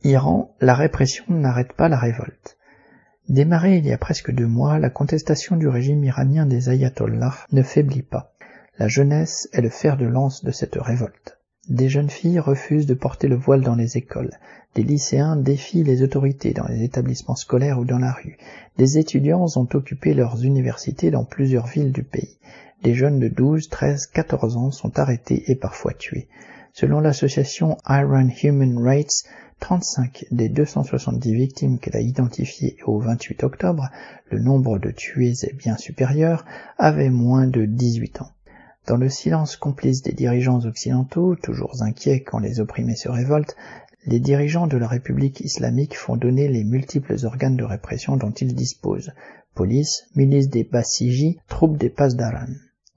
Iran, la répression n'arrête pas la révolte. Démarrée il y a presque 2 mois, la contestation du régime iranien des ayatollahs ne faiblit pas. La jeunesse est le fer de lance de cette révolte. Des jeunes filles refusent de porter le voile dans les écoles. Des lycéens défient les autorités dans les établissements scolaires ou dans la rue. Des étudiants ont occupé leurs universités dans plusieurs villes du pays. Des jeunes de 12, 13, 14 ans sont arrêtés et parfois tués. Selon l'association Iran Human Rights, 35 des 270 victimes qu'elle a identifiées au 28 octobre, le nombre de tués est bien supérieur, avaient moins de 18 ans. Dans le silence complice des dirigeants occidentaux, toujours inquiets quand les opprimés se révoltent, les dirigeants de la République islamique font donner les multiples organes de répression dont ils disposent, police, milice des Basiji, troupes des Pasdaran.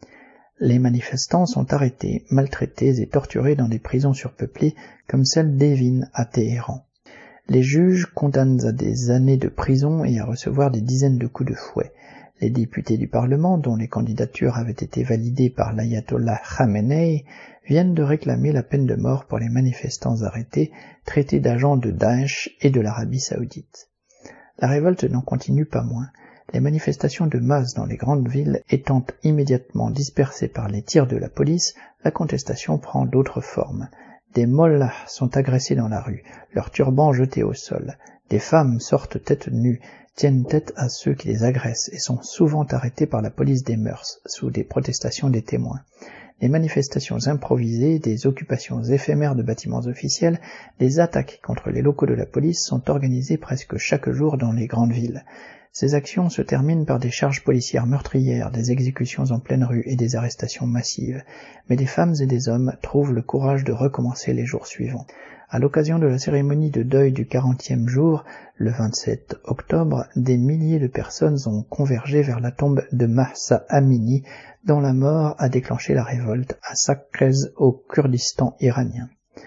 Les manifestants sont arrêtés, maltraités et torturés dans des prisons surpeuplées comme celle d'Evin à Téhéran. Les juges condamnent à des années de prison et à recevoir des dizaines de coups de fouet. Les députés du Parlement, dont les candidatures avaient été validées par l'ayatollah Khamenei, viennent de réclamer la peine de mort pour les manifestants arrêtés, traités d'agents de Daesh et de l'Arabie saoudite. La révolte n'en continue pas moins. Les manifestations de masse dans les grandes villes étant immédiatement dispersées par les tirs de la police, la contestation prend d'autres formes. Des mollahs sont agressés dans la rue, leurs turbans jetés au sol. Des femmes sortent tête nues, tiennent tête à ceux qui les agressent et sont souvent arrêtés par la police des mœurs, sous des protestations des témoins. Des manifestations improvisées, des occupations éphémères de bâtiments officiels, des attaques contre les locaux de la police sont organisées presque chaque jour dans les grandes villes. Ces actions se terminent par des charges policières meurtrières, des exécutions en pleine rue et des arrestations massives. Mais des femmes et des hommes trouvent le courage de recommencer les jours suivants. À l'occasion de la cérémonie de deuil du 40e jour, le 27 octobre, des milliers de personnes ont convergé vers la tombe de Mahsa Amini, dont la mort a déclenché la révolte à Saqqez au Kurdistan iranien.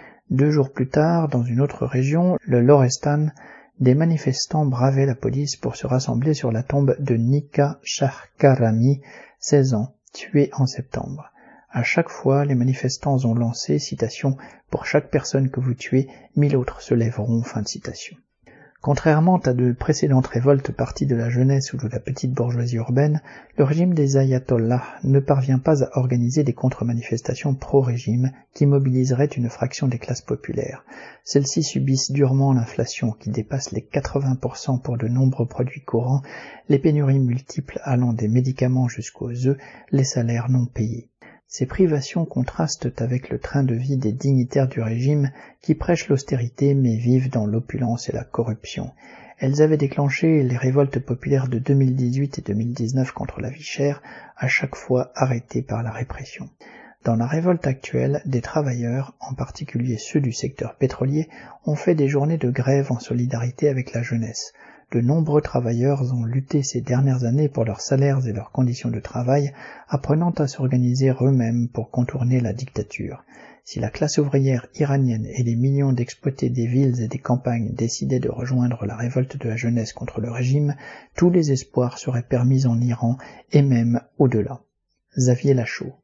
2 jours plus tard, dans une autre région, le Lorestan, des manifestants bravaient la police pour se rassembler sur la tombe de Nika Shahkarami, 16 ans, tué en septembre. À chaque fois, les manifestants ont lancé, citation, « Pour chaque personne que vous tuez, 1000 autres se lèveront », fin de citation. Contrairement à de précédentes révoltes parties de la jeunesse ou de la petite bourgeoisie urbaine, le régime des ayatollahs ne parvient pas à organiser des contre-manifestations pro-régime qui mobiliseraient une fraction des classes populaires. Celles-ci subissent durement l'inflation qui dépasse les 80% pour de nombreux produits courants, les pénuries multiples allant des médicaments jusqu'aux œufs, les salaires non payés. Ces privations contrastent avec le train de vie des dignitaires du régime qui prêchent l'austérité mais vivent dans l'opulence et la corruption. Elles avaient déclenché les révoltes populaires de 2018 et 2019 contre la vie chère, à chaque fois arrêtées par la répression. Dans la révolte actuelle, des travailleurs, en particulier ceux du secteur pétrolier, ont fait des journées de grève en solidarité avec la jeunesse. De nombreux travailleurs ont lutté ces dernières années pour leurs salaires et leurs conditions de travail, apprenant à s'organiser eux-mêmes pour contourner la dictature. Si la classe ouvrière iranienne et les millions d'exploités des villes et des campagnes décidaient de rejoindre la révolte de la jeunesse contre le régime, tous les espoirs seraient permis en Iran et même au-delà. Xavier Lachaud.